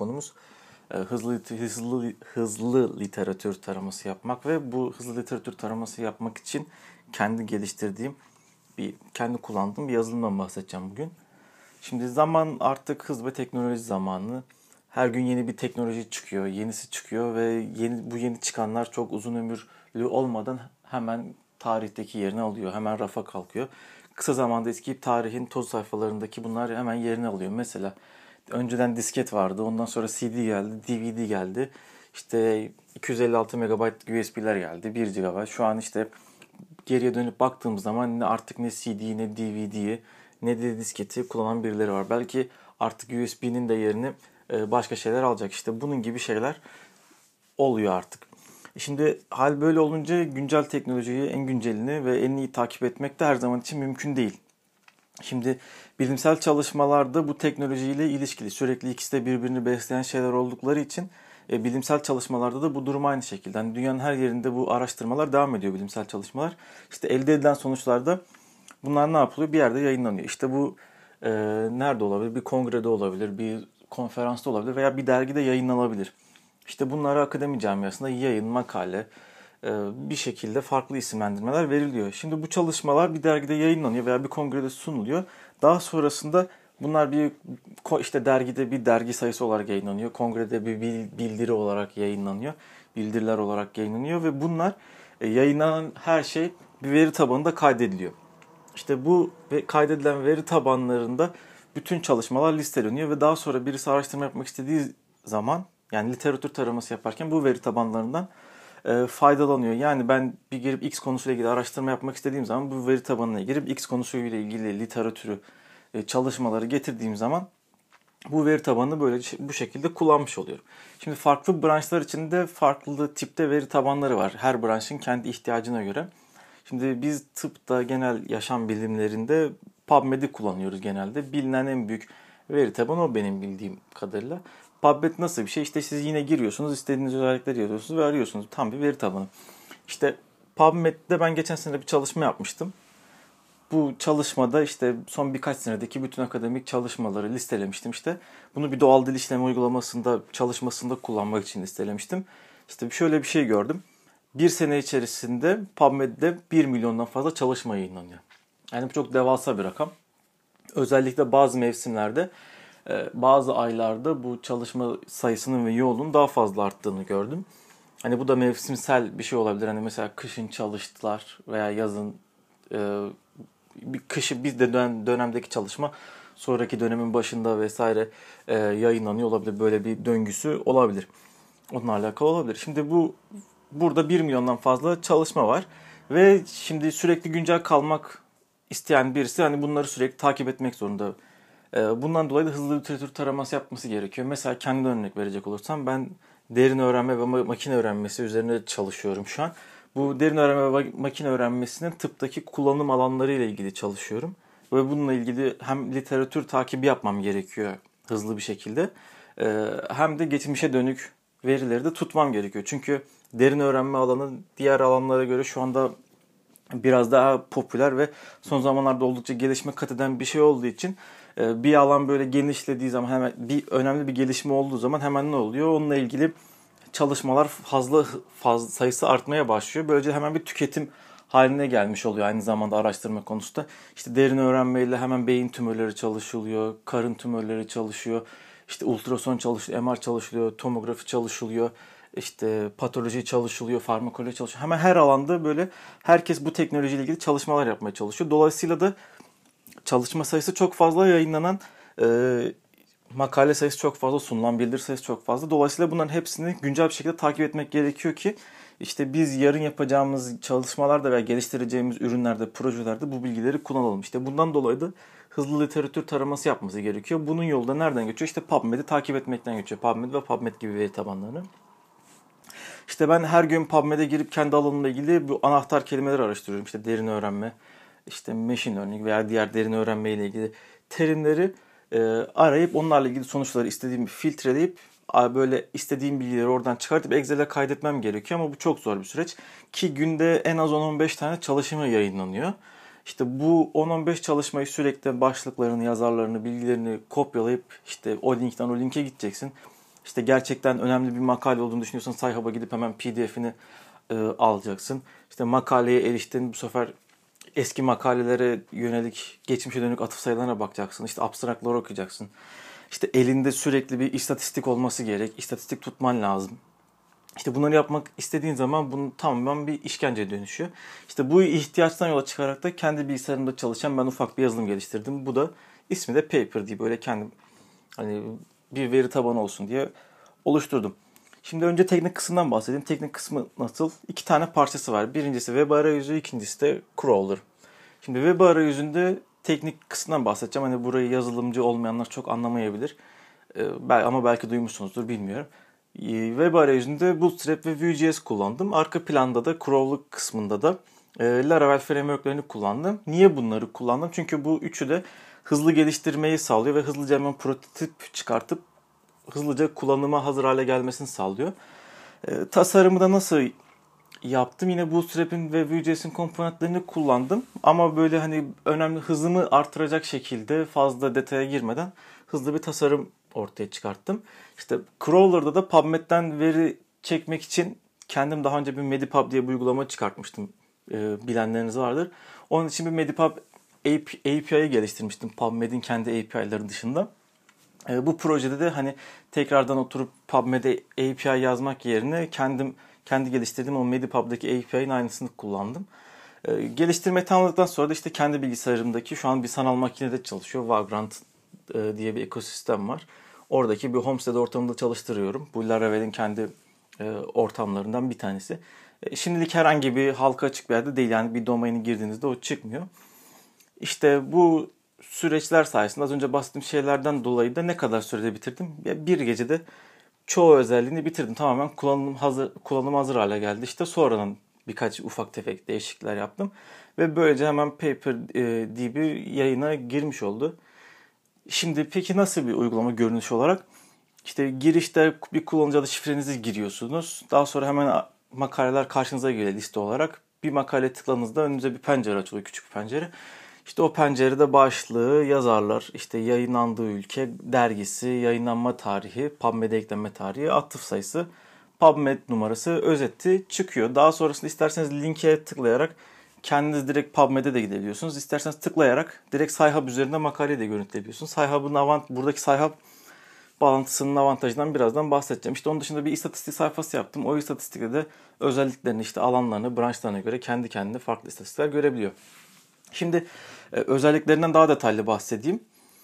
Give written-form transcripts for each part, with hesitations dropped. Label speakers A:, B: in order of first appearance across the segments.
A: konumuz hızlı literatür taraması yapmak ve bu hızlı literatür taraması yapmak için kendi geliştirdiğim, kendi kullandığım bir yazılımdan bahsedeceğim bugün. Şimdi zaman artık hız ve teknoloji zamanı. Her gün yeni bir teknoloji çıkıyor, yenisi çıkıyor ve bu yeni çıkanlar çok uzun ömürlü olmadan hemen tarihteki yerini alıyor, hemen rafa kalkıyor. Kısa zamanda eskiyip tarihin toz sayfalarındaki bunlar hemen yerini alıyor. Mesela önceden disket vardı, ondan sonra CD geldi, DVD geldi. İşte 256 MB USB'ler geldi, 1 GB. Şu an işte geriye dönüp baktığımız zaman artık ne CD, ne DVD'yi, ne de disketi kullanan birileri var. Belki artık USB'nin de yerini başka şeyler alacak. İşte bunun gibi şeyler oluyor artık. Şimdi hal böyle olunca güncel teknolojiyi, en güncelini ve en iyi takip etmek de her zaman için mümkün değil. Şimdi bilimsel çalışmalarda bu teknolojiyle ilişkili, sürekli ikisi de birbirini besleyen şeyler oldukları için bilimsel çalışmalarda da bu durum aynı şekilde. Yani dünyanın her yerinde bu araştırmalar devam ediyor, bilimsel çalışmalar. İşte elde edilen sonuçlarda bunlar ne yapılıyor? Bir yerde yayınlanıyor. İşte bu nerede olabilir? Bir kongrede olabilir, bir konferansta olabilir veya bir dergide yayınlanabilir. İşte bunlara akademi camiasında yayın, makale, bir şekilde farklı isimlendirmeler veriliyor. Şimdi bu çalışmalar bir dergide yayınlanıyor veya bir kongrede sunuluyor. Daha sonrasında bunlar işte dergide bir dergi sayısı olarak yayınlanıyor. Kongrede bir bildiri olarak yayınlanıyor. Bildiriler olarak yayınlanıyor ve bunlar yayınlanan her şey bir veri tabanında kaydediliyor. İşte bu kaydedilen veri tabanlarında bütün çalışmalar listeleniyor ve daha sonra birisi araştırma yapmak istediği zaman, yani literatür taraması yaparken bu veri tabanlarından faydalanıyor. Yani ben bir girip X konusuyla ilgili araştırma yapmak istediğim zaman bu veri tabanına girip X konusuyla ilgili literatürü, çalışmaları getirdiğim zaman bu veri tabanını böyle bu şekilde kullanmış oluyorum. Şimdi farklı branşlar içinde farklı tipte veri tabanları var. Her branşın kendi ihtiyacına göre. Şimdi biz tıpta, genel yaşam bilimlerinde PubMed'i kullanıyoruz genelde. Bilinen en büyük veri tabanı o benim bildiğim kadarıyla. PubMed nasıl bir şey? İşte siz yine giriyorsunuz, istediğiniz özellikleri yazıyorsunuz ve arıyorsunuz. Tam bir veri tabanı. İşte PubMed'de ben geçen sene bir çalışma yapmıştım. Bu çalışmada işte son birkaç senedeki bütün akademik çalışmaları listelemiştim işte. Bunu bir doğal dil işleme uygulamasında, çalışmasında kullanmak için listelemiştim. İşte şöyle bir şey gördüm. Bir sene içerisinde PubMed'de 1 milyondan fazla çalışma yayınlanıyor. Yani bu çok devasa bir rakam. Özellikle bazı mevsimlerde, bazı aylarda bu çalışma sayısının ve yoğunluğunun daha fazla arttığını gördüm. Hani bu da mevsimsel bir şey olabilir. Hani mesela kışın çalıştılar veya yazın bir kışı bir de dönemdeki çalışma sonraki dönemin başında vesaire yayınlanıyor olabilir. Böyle bir döngüsü olabilir. Onunla alakalı olabilir. Şimdi burada 1 milyondan fazla çalışma var ve şimdi sürekli güncel kalmak isteyen birisi hani bunları sürekli takip etmek zorunda. Bundan dolayı da hızlı literatür taraması yapması gerekiyor. Mesela kendi örnek verecek olursam ben derin öğrenme ve makine öğrenmesi üzerine çalışıyorum şu an. Bu derin öğrenme ve makine öğrenmesinin tıptaki kullanım alanları ile ilgili çalışıyorum. Ve bununla ilgili hem literatür takibi yapmam gerekiyor hızlı bir şekilde. Hem de geçmişe dönük verileri de tutmam gerekiyor. Çünkü derin öğrenme alanı diğer alanlara göre şu anda biraz daha popüler ve son zamanlarda oldukça gelişme kat eden bir şey olduğu için bir alan böyle genişlediği zaman hemen önemli bir gelişme olduğu zaman hemen ne oluyor? Onunla ilgili çalışmalar fazla sayısı artmaya başlıyor. Böylece hemen bir tüketim haline gelmiş oluyor aynı zamanda araştırma konusunda. İşte derin öğrenmeyle hemen beyin tümörleri çalışılıyor, karın tümörleri çalışıyor, işte ultrason çalışılıyor, MR çalışılıyor, tomografi çalışılıyor, işte patoloji çalışılıyor, farmakoloji çalışılıyor. Hemen her alanda böyle herkes bu teknolojiyle ilgili çalışmalar yapmaya çalışıyor. Dolayısıyla da çalışma sayısı çok fazla, yayınlanan makale sayısı çok fazla, sunulan bildiri sayısı çok fazla. Dolayısıyla bunların hepsini güncel bir şekilde takip etmek gerekiyor ki işte biz yarın yapacağımız çalışmalarda veya geliştireceğimiz ürünlerde, projelerde bu bilgileri kullanalım. İşte bundan dolayı da hızlı literatür taraması yapması gerekiyor. Bunun yolu da nereden geçiyor? İşte PubMed'i takip etmekten geçiyor. PubMed ve PubMed gibi veri tabanlarını. İşte ben her gün PubMed'e girip kendi alanımla ilgili bu anahtar kelimeleri araştırıyorum. İşte derin öğrenme, işte machine learning veya diğer derin öğrenme ile ilgili terimleri arayıp onlarla ilgili sonuçları istediğimi filtreleyip böyle istediğim bilgileri oradan çıkartıp Excel'e kaydetmem gerekiyor ama bu çok zor bir süreç. Ki günde en az 10-15 tane çalışma yayınlanıyor. İşte bu 10-15 çalışmayı sürekli başlıklarını, yazarlarını, bilgilerini kopyalayıp işte o linkten o linke gideceksin. İşte gerçekten önemli bir makale olduğunu düşünüyorsan Sci-Hub'a gidip hemen PDF'ini alacaksın. İşte makaleye eriştin, bu sefer eski makalelere yönelik, geçmişe dönük atıf sayılarına bakacaksın. İşte abstrakları okuyacaksın. İşte elinde sürekli bir istatistik olması gerek. İstatistik tutman lazım. İşte bunları yapmak istediğin zaman bunun tamamen bir işkenceye dönüşüyor. İşte bu ihtiyaçtan yola çıkarak da kendi bilgisayarımda çalışan ben ufak bir yazılım geliştirdim. Bu da ismi de Paper diye böyle kendim hani bir veri tabanı olsun diye oluşturdum. Şimdi önce teknik kısmından bahsedeyim. Teknik kısmı nasıl? İki tane parçası var. Birincisi web arayüzü, ikincisi de crawler. Şimdi web arayüzünde teknik kısmından bahsedeceğim. Hani burayı yazılımcı olmayanlar çok anlamayabilir. Ama belki duymuşsunuzdur, bilmiyorum. Web arayüzünde Bootstrap ve Vue.js kullandım. Arka planda da crawler kısmında da Laravel framework'lerini kullandım. Niye bunları kullandım? Çünkü bu üçü de hızlı geliştirmeyi sağlıyor ve hızlıca hemen prototip çıkartıp hızlıca kullanıma hazır hale gelmesini sağlıyor. Tasarımı da nasıl yaptım? Yine Bootstrap'in ve Vue.js'in komponentlerini kullandım. Ama böyle hani önemli hızımı artıracak şekilde fazla detaya girmeden hızlı bir tasarım ortaya çıkarttım. İşte Crawler'da da PubMed'den veri çekmek için kendim daha önce bir Medipub diye bir uygulama çıkartmıştım. Bilenleriniz vardır. Onun için bir Medipub API'yi geliştirmiştim PubMed'in kendi API'ları dışında. Bu projede de hani tekrardan oturup PubMed'e API yazmak yerine kendi geliştirdiğim o Medipub'daki API'nin aynısını kullandım. Geliştirmeyi tamamladıktan sonra da işte kendi bilgisayarımdaki şu an bir sanal makinede çalışıyor. Vagrant diye bir ekosistem var. Oradaki bir Homestead ortamında çalıştırıyorum. Bu Laravel'in kendi ortamlarından bir tanesi. Şimdilik herhangi bir halka açık bir yerde değil. Yani bir domaini girdiğinizde o çıkmıyor. İşte bu süreçler sayesinde az önce bahsettiğim şeylerden dolayı da ne kadar sürede bitirdim? Bir gecede çoğu özelliğini bitirdim. Tamamen kullanım hazır hale geldi. İşte sonradan birkaç ufak tefek değişiklikler yaptım. Ve böylece hemen PaperDB yayına girmiş oldu. Şimdi peki nasıl bir uygulama görünüş olarak? İşte girişte bir kullanıcı adı şifrenizi giriyorsunuz. Daha sonra hemen makaleler karşınıza geliyor liste olarak. Bir makale tıkladığınızda önünüze bir pencere açılıyor, küçük bir pencere. İşte o pencerede başlığı, yazarlar, işte yayınlandığı ülke, dergisi, yayınlanma tarihi, PubMed'e eklenme tarihi, atıf sayısı, PubMed numarası, özeti çıkıyor. Daha sonrasında isterseniz linke tıklayarak kendiniz direkt PubMed'e de gidebiliyorsunuz. İsterseniz tıklayarak direkt Sci-Hub üzerinde makaleyi de görüntüleyebiliyorsunuz. Buradaki Sci-Hub bağlantısının avantajından birazdan bahsedeceğim. İşte onun dışında bir istatistik sayfası yaptım. O istatistikte de özelliklerini, işte alanlarını, branşlarına göre kendi kendine farklı istatistikler görebiliyor. Şimdi özelliklerinden daha detaylı bahsedeyim.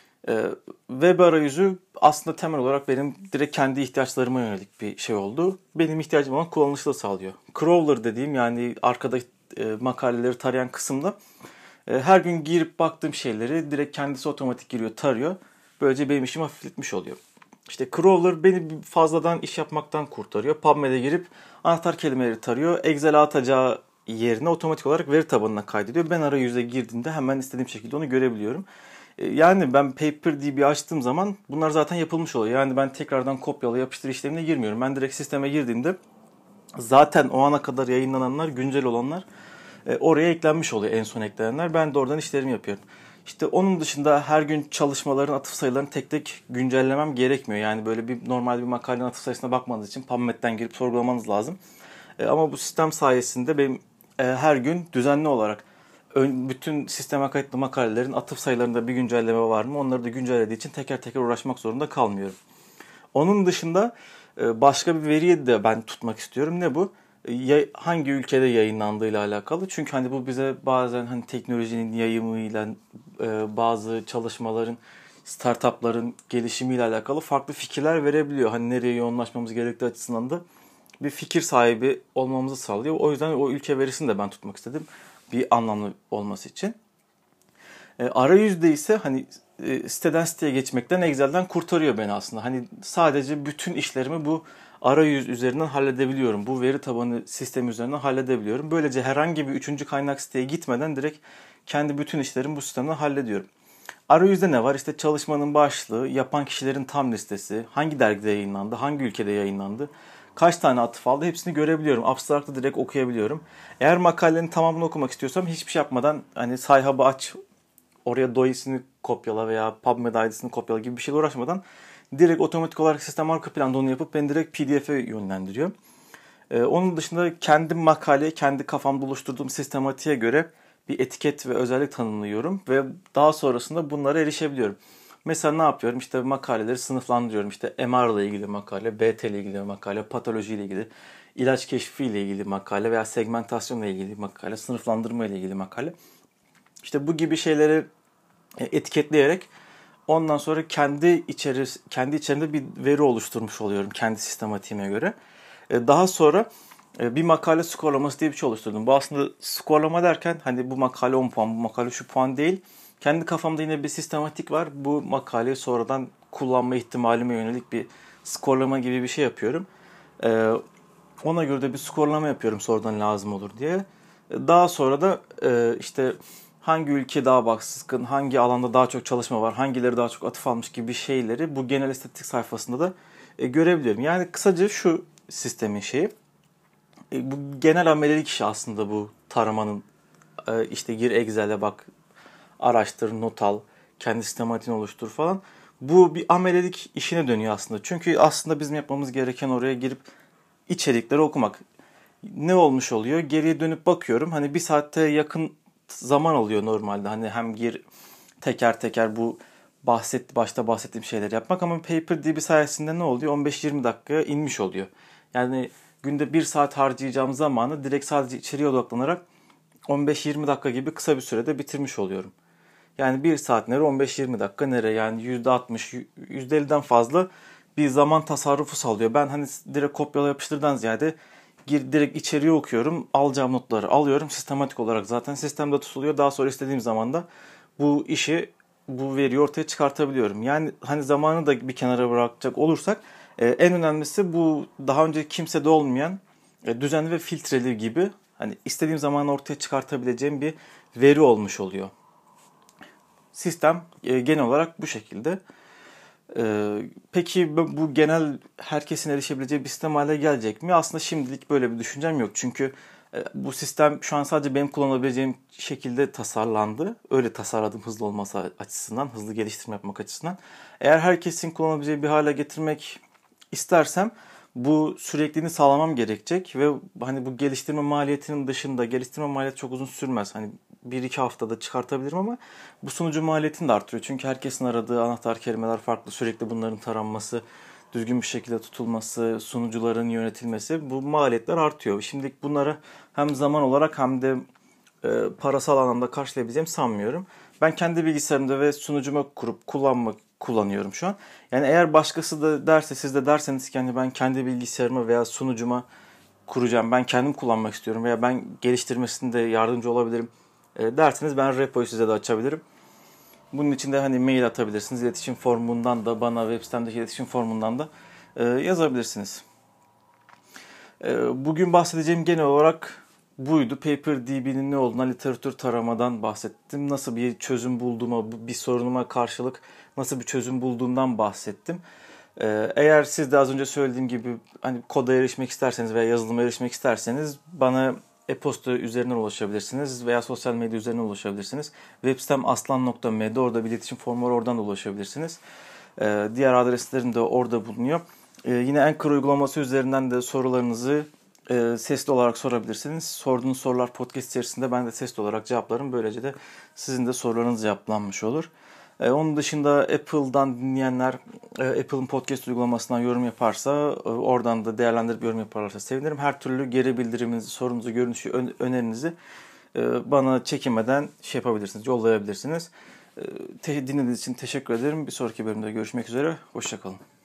A: Web arayüzü aslında temel olarak benim direkt kendi ihtiyaçlarıma yönelik bir şey oldu. Benim ihtiyacım olan kullanışlı sağlıyor. Crawler dediğim, yani arkada makaleleri tarayan kısımda her gün girip baktığım şeyleri direkt kendisi otomatik giriyor, tarıyor. Böylece benim işimi hafifletmiş oluyor. İşte Crawler beni fazladan iş yapmaktan kurtarıyor. PubMed'e girip anahtar kelimeleri tarıyor. Excel'e atacağı yerine otomatik olarak veri tabanına kaydediyor. Ben arayüze girdiğimde hemen istediğim şekilde onu görebiliyorum. Yani ben PaperDB açtığım zaman bunlar zaten yapılmış oluyor. Yani ben tekrardan kopyala yapıştır işlemine girmiyorum. Ben direkt sisteme girdiğimde zaten o ana kadar yayınlananlar, güncel olanlar oraya eklenmiş oluyor, en son eklenenler. Ben de oradan işlerimi yapıyorum. İşte onun dışında her gün çalışmaların atıf sayılarını tek tek güncellemem gerekmiyor. Yani böyle bir normal bir makalenin atıf sayısına bakmanız için PubMed'den girip sorgulamanız lazım. Ama bu sistem sayesinde benim her gün düzenli olarak bütün sisteme kayıtlı makalelerin atıf sayılarında bir güncelleme var mı, onları da güncellediği için teker teker uğraşmak zorunda kalmıyorum. Onun dışında başka bir veriyi de ben tutmak istiyorum. Ne bu? Hangi ülkede yayınlandığıyla alakalı. Çünkü hani bu bize bazen hani teknolojinin yayımıyla, bazı çalışmaların, startupların gelişimiyle alakalı farklı fikirler verebiliyor. Hani nereye yoğunlaşmamız gerektiği açısından da bir fikir sahibi olmamızı sağlıyor. O yüzden o ülke verisini de ben tutmak istedim, bir anlamlı olması için. Arayüzde ise hani siteden siteye geçmekten, Excel'den kurtarıyor beni aslında. Hani sadece bütün işlerimi bu arayüz üzerinden halledebiliyorum. Bu veri tabanı sistemi üzerinden halledebiliyorum. Böylece herhangi bir üçüncü kaynak siteye gitmeden direkt kendi bütün işlerimi bu sistemden hallediyorum. Arayüzde ne var? İşte çalışmanın başlığı, yapan kişilerin tam listesi, hangi dergide yayınlandı, hangi ülkede yayınlandı, kaç tane atıf aldı, hepsini görebiliyorum. Abstract'ı direkt okuyabiliyorum. Eğer makalenin tamamını okumak istiyorsam hiçbir şey yapmadan hani Sci-Hub'ı aç, oraya DOI'sini kopyala veya PubMed ID'sini kopyala gibi bir şeyle uğraşmadan direkt otomatik olarak sistem arka planda onu yapıp beni direkt PDF'e yönlendiriyor. Onun dışında kendi makale, kendi kafamda oluşturduğum sistematiğe göre bir etiket ve özellik tanımlıyorum ve daha sonrasında bunlara erişebiliyorum. Mesela ne yapıyorum? İşte makaleleri sınıflandırıyorum. İşte MR ile ilgili makale, BT ile ilgili makale, patoloji ile ilgili, ilaç keşfi ile ilgili makale veya segmentasyon ile ilgili makale, sınıflandırma ile ilgili makale. İşte bu gibi şeyleri etiketleyerek ondan sonra kendi içerimde bir veri oluşturmuş oluyorum kendi sistematiğime göre. Daha sonra bir makale skorlaması diye bir şey oluşturdum. Bu aslında skorlama derken hani bu makale 10 puan, bu makale şu puan değil. Kendi kafamda yine bir sistematik var. Bu makaleyi sonradan kullanma ihtimalime yönelik bir skorlama gibi bir şey yapıyorum. Ona göre de bir skorlama yapıyorum sonradan lazım olur diye. Daha sonra da işte hangi ülke daha baskın, hangi alanda daha çok çalışma var, hangileri daha çok atıf almış gibi şeyleri bu genel istatistik sayfasında da görebiliyorum. Yani kısaca şu sistemin şeyi. Bu genel amelelik işi aslında bu taramanın. İşte gir Excel'e bak, araştır, not al, kendi sistematiğini oluştur falan. Bu bir amelelik işine dönüyor aslında. Çünkü aslında bizim yapmamız gereken oraya girip içerikleri okumak. Ne olmuş oluyor? Geriye dönüp bakıyorum. Hani bir saatte yakın zaman alıyor normalde. Hani hem gir teker teker bu başta bahsettiğim şeyleri yapmak ama PaperDB sayesinde ne oluyor? 15-20 dakikaya inmiş oluyor. Yani günde 1 saat harcayacağım zamanı direkt sadece içeriye odaklanarak 15-20 dakika gibi kısa bir sürede bitirmiş oluyorum. Yani 1 saat nere, 15-20 dakika nere? Yani %60, %50'den fazla bir zaman tasarrufu sağlıyor. Ben hani direkt kopyala yapıştırdan ziyade direkt içeriği okuyorum, alacağım notları alıyorum. Sistematik olarak zaten sistemde tutuluyor. Daha sonra istediğim zaman da bu veriyi ortaya çıkartabiliyorum. Yani hani zamanı da bir kenara bırakacak olursak en önemlisi bu daha önce kimsede olmayan düzenli ve filtreli gibi hani istediğim zaman ortaya çıkartabileceğim bir veri olmuş oluyor. Sistem genel olarak bu şekilde. Peki bu genel herkesin erişebileceği bir sistem haline gelecek mi? Aslında şimdilik böyle bir düşüncem yok. Çünkü bu sistem şu an sadece benim kullanabileceğim şekilde tasarlandı. Öyle tasarladım hızlı olması açısından, hızlı geliştirme yapmak açısından. Eğer herkesin kullanabileceği bir hale getirmek istersem bu sürekliliğini sağlamam gerekecek ve hani bu geliştirme maliyetinin dışında geliştirme maliyeti çok uzun sürmez. Hani 1-2 haftada çıkartabilirim ama bu sunucu maliyetini de artırıyor. Çünkü herkesin aradığı anahtar kelimeler farklı. Sürekli bunların taranması, düzgün bir şekilde tutulması, sunucuların yönetilmesi bu maliyetler artıyor. Şimdilik bunları hem zaman olarak hem de parasal anlamda karşılayabileceğimi sanmıyorum. Ben kendi bilgisayarımda ve sunucuma kurup kullanıyorum şu an. Yani eğer başkası da derse, siz de derseniz ki hani ben kendi bilgisayarıma veya sunucuma kuracağım, ben kendim kullanmak istiyorum veya ben geliştirmesinde yardımcı olabilirim derseniz ben repoyu size de açabilirim. Bunun için de hani mail atabilirsiniz. İletişim formundan da bana web sitemdeki iletişim formundan da yazabilirsiniz. Bugün bahsedeceğim genel olarak buydu. PaperDB'nin ne olduğuna, literatür taramadan bahsettim. Nasıl bir çözüm bulduğuma, bir sorunuma karşılık nasıl bir çözüm bulduğumdan bahsettim. Eğer siz de az önce söylediğim gibi hani koda erişmek isterseniz veya yazılıma erişmek isterseniz bana e-posta üzerinden ulaşabilirsiniz veya sosyal medya üzerinden ulaşabilirsiniz. Web sitem aslan.me'de, orada bir iletişim formu var, oradan da ulaşabilirsiniz. Diğer adreslerim de orada bulunuyor. Yine Anchor uygulaması üzerinden de sorularınızı sesli olarak sorabilirsiniz. Sorduğunuz sorular podcast içerisinde ben de sesli olarak cevaplarım. Böylece de sizin de sorularınız cevaplanmış olur. Onun dışında Apple'dan dinleyenler Apple'ın podcast uygulamasından yorum yaparsa oradan da değerlendirip yorum yaparlarsa sevinirim. Her türlü geri bildiriminizi, sorunuzu, görünüşü, önerinizi bana çekinmeden yapabilirsiniz, yollayabilirsiniz. Dinlediğiniz için teşekkür ederim. Bir sonraki bölümde görüşmek üzere. Hoşça kalın.